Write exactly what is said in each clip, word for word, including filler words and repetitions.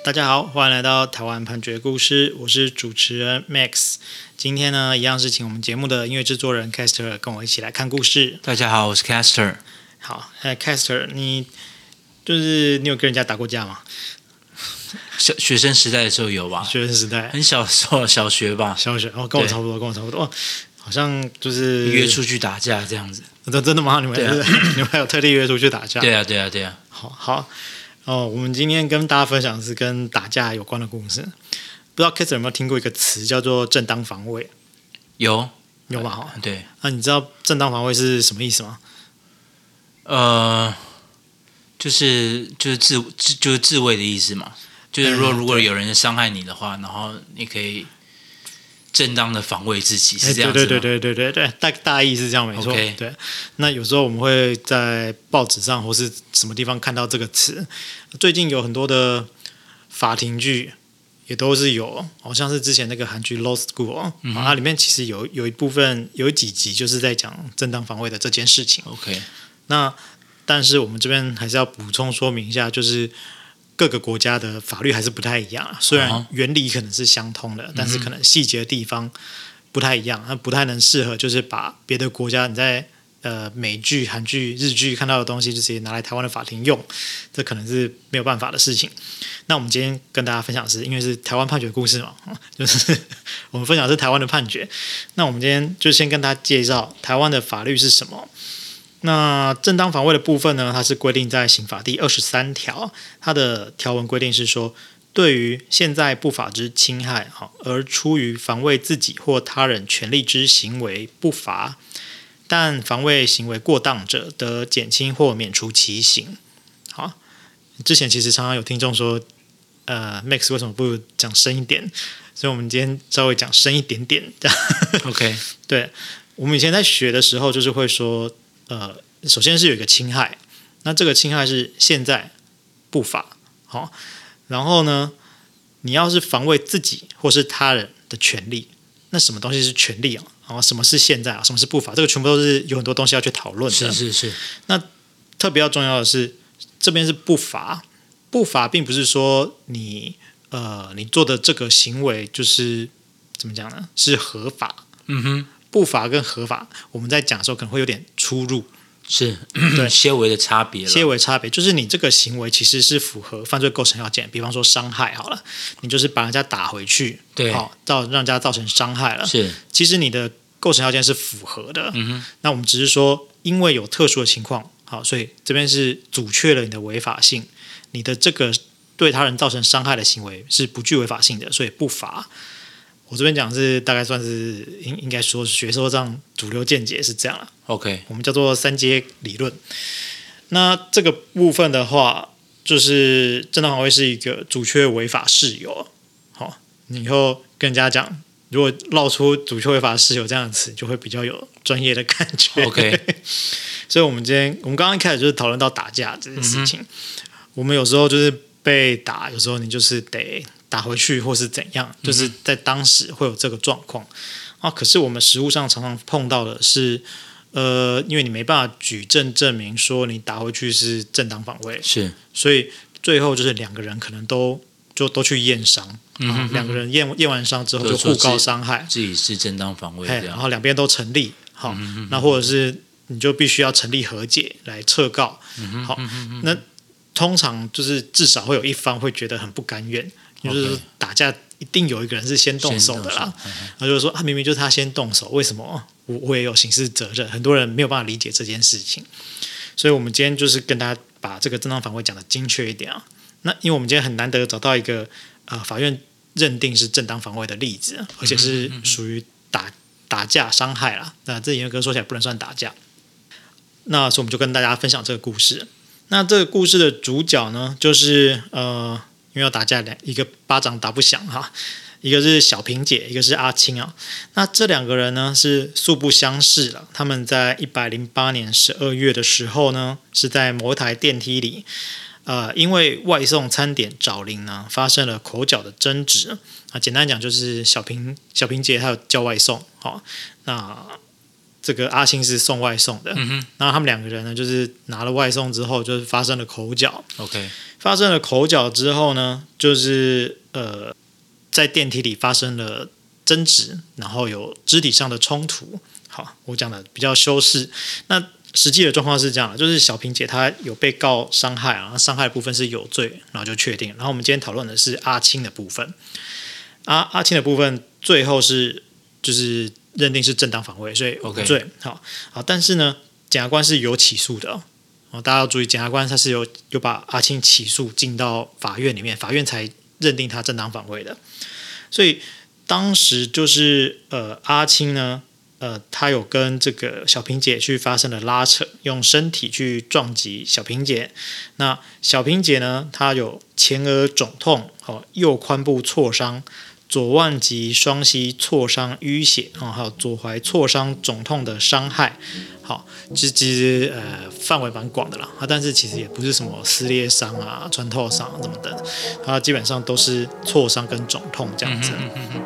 大家好，欢迎来到台湾判决故事，我是主持人 Max。今天呢，一样是请我们节目的音乐制作人 Caster 跟我一起来看故事。 大家好，我是 Caster。 好，哎 ，Caster， 你就是你有跟人家打过架吗？ 小学生时代的时候有吧？ 学生时代， 很小时候，小学吧。 小学哦，跟我差不多，跟我差不多。好像就是约出去打架这样子。 真真的吗？你们、啊、你们还有特地约出去打架？ 对啊，对啊，对啊。 好好哦，我们今天跟大家分享的是跟打架有关的故事。不知道 Caster 有没有听过一个词叫做正当防卫？ 有有吗？哈、 呃，对。 那、啊、你知道正当防卫是什么意思吗？ 呃，就是就是自就是自卫的意思嘛。就是如果如果有人伤害你的话，然后你可以正当的防卫自己，是这样子吗？ 对对对对对对，大大意是这样没错。 Okay. 对，那有时候我们会在报纸上或是什么地方看到这个词。最近有很多的法庭剧也都是有，好像是之前那个韩剧《Law School》、嗯、啊，里面其实有有一部分有几集就是在讲正当防卫的这件事情。 OK， 那但是我们这边还是要补充说明一下，就是各个国家的法律还是不太一样，虽然原理可能是相通的， uh-huh. 但是可能细节的地方不太一样，它不太能适合就是把别的国家你在呃美剧、韩剧、日剧看到的东西就直接拿来台湾的法庭用，这可能是没有办法的事情。那我们今天跟大家分享的是，因为是台湾判决故事嘛，就是我们分享的是台湾的判决。那我们今天就先跟大家介绍台湾的法律是什么。那正当防卫的部分呢，它是规定在刑法第二十三条，它的条文规定是说，对于现在不法之侵害而出于防卫自己或他人权利之行为不罚，但防卫行为过当者，得减轻或免除其刑。好，之前其实常常有听众说，呃 ，Max 为什么不讲深一点？所以我们今天稍微讲深一点点。 OK， 对，我们以前在学的时候，就是会说。呃，首先是有一个侵害，那这个侵害是现在不法，好、哦，然后呢，你要是防卫自己或是他人的权利，那什么东西是权利啊？然后什么是现在啊？什么是不法？这个全部都是有很多东西要去讨论的。 是是是。 那特别要重要的是，这边是不法，不法并不是说你呃你做的这个行为就是怎么讲呢？是合法。 嗯哼。 不法跟合法，我们在讲的时候可能会有点出入， 是对些微的差别了。 些微差别就是你这个行为其实是符合犯罪构成要件，比方说伤害好了，你就是把人家打回去， 对， 好，造让人家造成伤害了。 是， 其实你的构成要件是符合的。 嗯哼， 那我们只是说，因为有特殊的情况，好，所以这边是阻却了你的违法性，你的这个对他人造成伤害的行为是不具违法性的，所以不罚。我这边讲是大概算是应应该说学说上主流见解是这样了。 OK， 我们叫做三阶理论。那这个部分的话，就是正当防卫是一个阻却违法事由。好，你以后跟人家讲，如果绕出阻却违法事由这样的词，就会比较有专业的感觉。 OK， 所以我们今天我们刚刚一开始就是讨论到打架这件事情。嗯、我们有时候就是被打，有时候你就是得打回去或是怎样，就是在当时会有这个状况、嗯、啊。可是我们实务上常常碰到的是，呃，因为你没办法举证证明说你打回去是正当防卫， 是，所以最后就是两个人可能都就都去验伤，嗯哼哼，两个人验验完伤之后就互告伤害， 自己是正当防卫这样， 然后两边都成立，好、嗯，那或者是你就必须要成立和解来撤告，嗯、好，那通常就是至少会有一方会觉得很不甘愿。就是打架一定有一个人是先动手的啦，然后就是说啊，明明就是他先动手，为什么我我也有刑事责任？很多人没有办法理解这件事情，所以我们今天就是跟大家把这个正当防卫讲的精确一点啊。那因为我们今天很难得找到一个呃法院认定是正当防卫的例子，而且是属于打打架伤害啦。那这严格说起来不能算打架。那所以我们就跟大家分享这个故事。那这个故事的主角呢，就是呃。因为要打架，一个巴掌打不响哈，一个是小平姐，一个是阿青啊。那这两个人呢是素不相识了。他们在一百零八年十二月的时候呢，是在某一台电梯里，呃，因为外送餐点找零呢，发生了口角的争执啊。简单讲就是小平小平姐她有叫外送，好、哦，那这个阿青是送外送的，嗯哼，然后他们两个人呢，就是拿了外送之后，就是发生了口角。 OK。 发生了口角之后呢，就是呃，在电梯里发生了争执，然后有肢体上的冲突。好，我讲的比较修饰。那实际的状况是这样的，就是小萍姐她有被告伤害啊，伤害的部分是有罪，然后就确定。然后我们今天讨论的是阿青的部分，阿阿青的部分最后是就是认定是正当防卫，所以无罪。Okay. 好，好，但是呢，检察官是有起诉的哦，大家要注意，检察官他是有有把阿青起诉进到法院里面，法院才认定他正当防卫的。所以当时就是呃阿青呢。呃，他有跟这个小萍姐去发生了拉扯，用身体去撞击小萍姐。那小萍姐呢，她有前额肿痛、哦、右髋部挫伤、左腕及双膝挫伤淤血、哦、还有左踝挫伤肿痛的伤害。好，其实呃范围蛮广的啦，但是其实也不是什么撕裂伤啊、穿透伤什么的，它基本上都是挫伤跟肿痛这样子。嗯哼嗯哼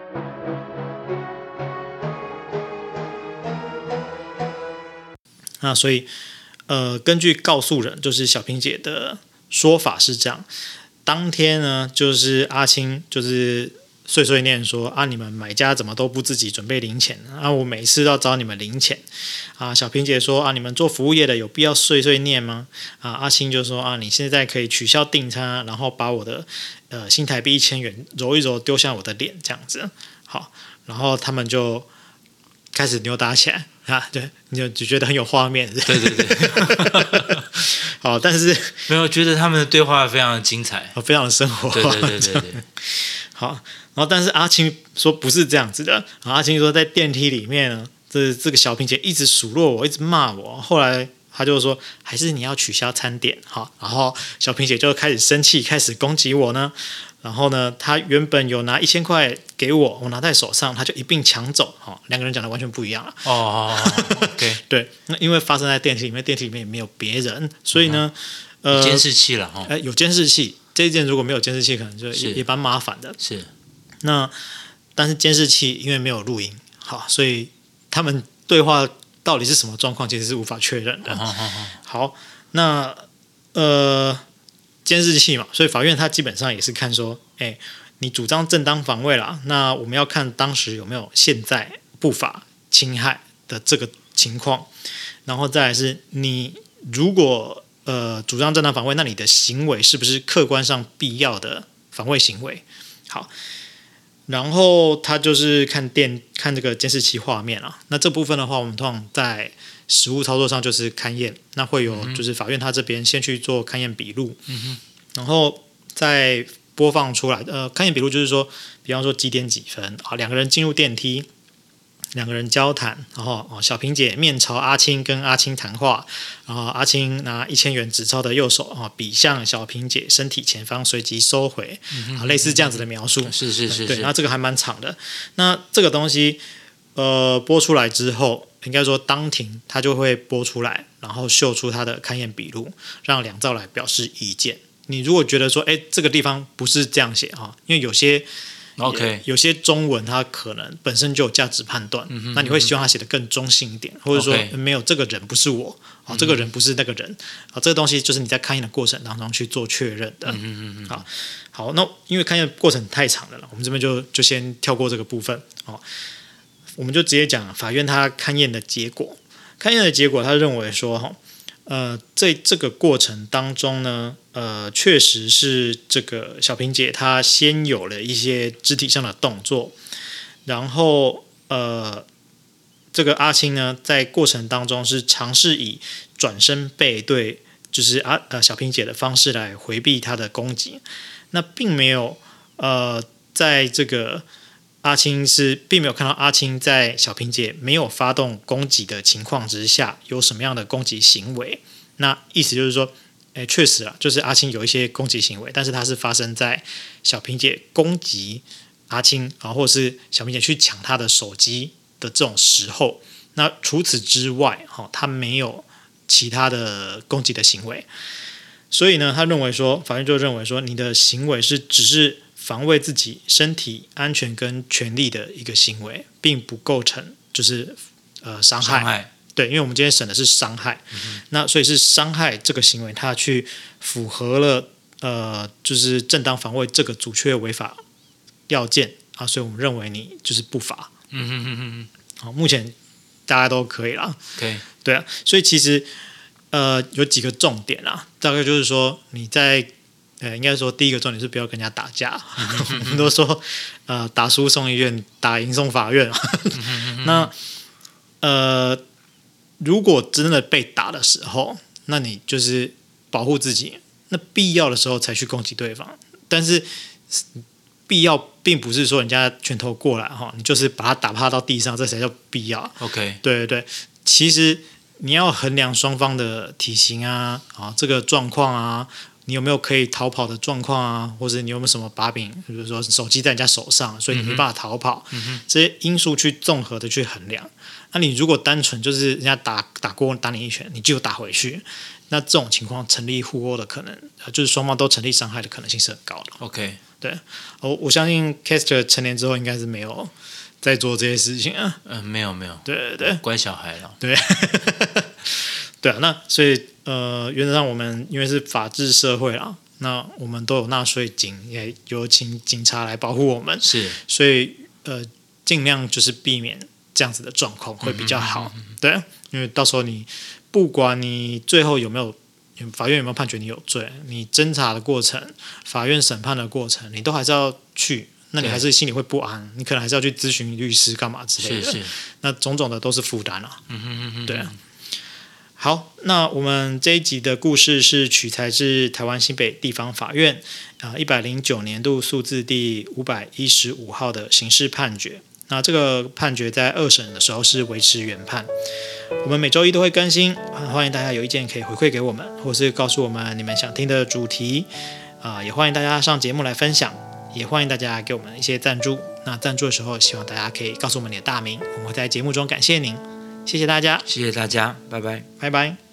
那所以，呃，根据告诉人就是小萍姐的说法是这样，当天呢，就是阿青就是碎碎念说啊，你们买家怎么都不自己准备零钱啊？我每次都要找你们零钱啊。小萍姐说啊，你们做服务业的有必要碎碎念吗？啊，阿青就说啊，你现在可以取消订餐，然后把我的呃新台币一千元揉一揉丢向我的脸这样子。好，然后他们就开始扭打起来。啊，对，你就就觉得很有画面， 对对对。 好，但是没有觉得他们的对话非常的精彩， 非常的生活化。 对对对对对。 好，然后但是阿青说不是这样子的，阿青说在电梯里面呢，这这个小萍姐一直数落我，一直骂我，后来他就说还是你要取消餐点，好，然后小萍姐就开始生气，开始攻击我呢。然后呢，他原本有拿一千块给我，我拿在手上，他就一并抢走。哦，两个人讲的完全不一样了。 哦 ，OK， 对，那因为发生在电梯里面，电梯里面也没有别人，所以呢， 嗯、呃，有监视器了哈、哦。 有监视器，这一件如果没有监视器，可能就 也, 也蛮麻烦的。 是。 那但是监视器因为没有录音，好，所以他们对话到底是什么状况，其实是无法确认的。 哦哦哦、 好，那呃。监视器嘛，所以法院他基本上也是看说，哎，你主张正当防卫啦，那我们要看当时有没有现在不法侵害的这个情况，然后再来是你如果呃主张正当防卫，那你的行为是不是客观上必要的防卫行为？好，然后他就是看电看这个监视器画面啊，那这部分的话，我们通常在实务操作上就是勘验，那会有就是法院他这边先去做勘验笔录，嗯、然后再播放出来。呃，勘验笔录就是说，比方说几点几分啊，两个人进入电梯，两个人交谈，然后哦，小萍姐面朝阿青跟阿青谈话，然后阿青拿一千元纸钞的右手啊比向小萍姐身体前方，随即收回，啊，类似这样子的描述。 是是是， 对，那这个还蛮长的。那这个东西呃播出来之后。应该说，当庭他就会播出来，然后秀出他的勘验笔录，让两造来表示意见。你如果觉得说，哎，这个地方不是这样写哈，因为有些 OK 有些中文它可能本身就有价值判断，嗯、那你会希望它写得更中性一点，或者说、 okay. 没有这个人不是我，啊，这个人不是那个人，啊，这个东西就是你在勘验的过程当中去做确认的。嗯嗯嗯好，好，那因为勘验过程太长了，我们这边就就先跳过这个部分哦。我们就直接讲法院他勘验的结果。勘验的结果，他认为说，呃，在这个过程当中呢，呃，确实是这个小萍姐她先有了一些肢体上的动作，然后呃，这个阿青呢，在过程当中是尝试以转身背对，就是阿呃小萍姐的方式来回避她的攻击，那并没有呃在这个。阿青是并没有看到阿青在小萍姐没有发动攻击的情况之下有什么样的攻击行为。那意思就是说，诶，确实啊，就是阿青有一些攻击行为，但是它是发生在小萍姐攻击阿青啊，或者是小萍姐去抢她的手机的这种时候。那除此之外，哈，他没有其他的攻击的行为。所以呢，他认为说，法院就认为说，你的行为是只是。防卫自己身体安全跟权利的一个行为，并不构成就是呃伤害。 伤害对，因为我们今天审的是伤害，嗯、那所以是伤害这个行为，它去符合了呃，就是正当防卫这个阻却违法要件啊，所以我们认为你就是不法。 嗯哼哼哼， 好，目前大家都可以啦。 可以， 对啊，所以其实呃有几个重点啦，大概就是说你在呃应该说第一个重点是不要跟人家打架，我们都说呃打输送医院，打赢送法院。那呃如果真的被打的时候，那你就是保护自己，那必要的时候才去攻击对方，但是必要并不是说人家拳头过来哈，你就是把他打趴到地上，这才叫必要。 OK， 对对对，其实你要衡量双方的体型啊，啊这个状况啊，你有没有可以逃跑的状况啊，或者你有没有什么把柄，比如说手机在人家手上，所以你没办法逃跑，嗯、这些因素去综合的去衡量。那你如果单纯就是人家打打过打你一拳，你就打回去，那这种情况成立互殴的可能，就是双方都成立伤害的可能性是很高的。 OK， 对，我我相信 Caster 成年之后应该是没有在做这些事情啊。 嗯、呃，没有没有， 对对对， 乖小孩了。 对，对啊，那所以呃，原则上我们因为是法治社会啦，那我们都有纳税金，也有请警察来保护我们， 是， 所以呃，尽量就是避免这样子的状况会比较好。嗯嗯嗯嗯对，因为到时候你不管你最后有没有法院有没有判决你有罪，你侦查的过程、法院审判的过程，你都还是要去，那你还是心里会不安，你可能还是要去咨询律师干嘛之类的。 是是， 那种种的都是负担啊。 嗯哼哼哼， 对啊。好，那我们这一集的故事是取材自台湾新北地方法院啊一百零九年度数字第五百一十五号的刑事判决。那这个判决在二审的时候是维持原判。我们每周一都会更新，欢迎大家有意见可以回馈给我们，或是告诉我们你们想听的主题啊、呃，也欢迎大家上节目来分享，也欢迎大家给我们一些赞助。那赞助的时候，希望大家可以告诉我们你的大名，我们会在节目中感谢您。谢谢大家， 谢谢大家，拜拜， 拜拜。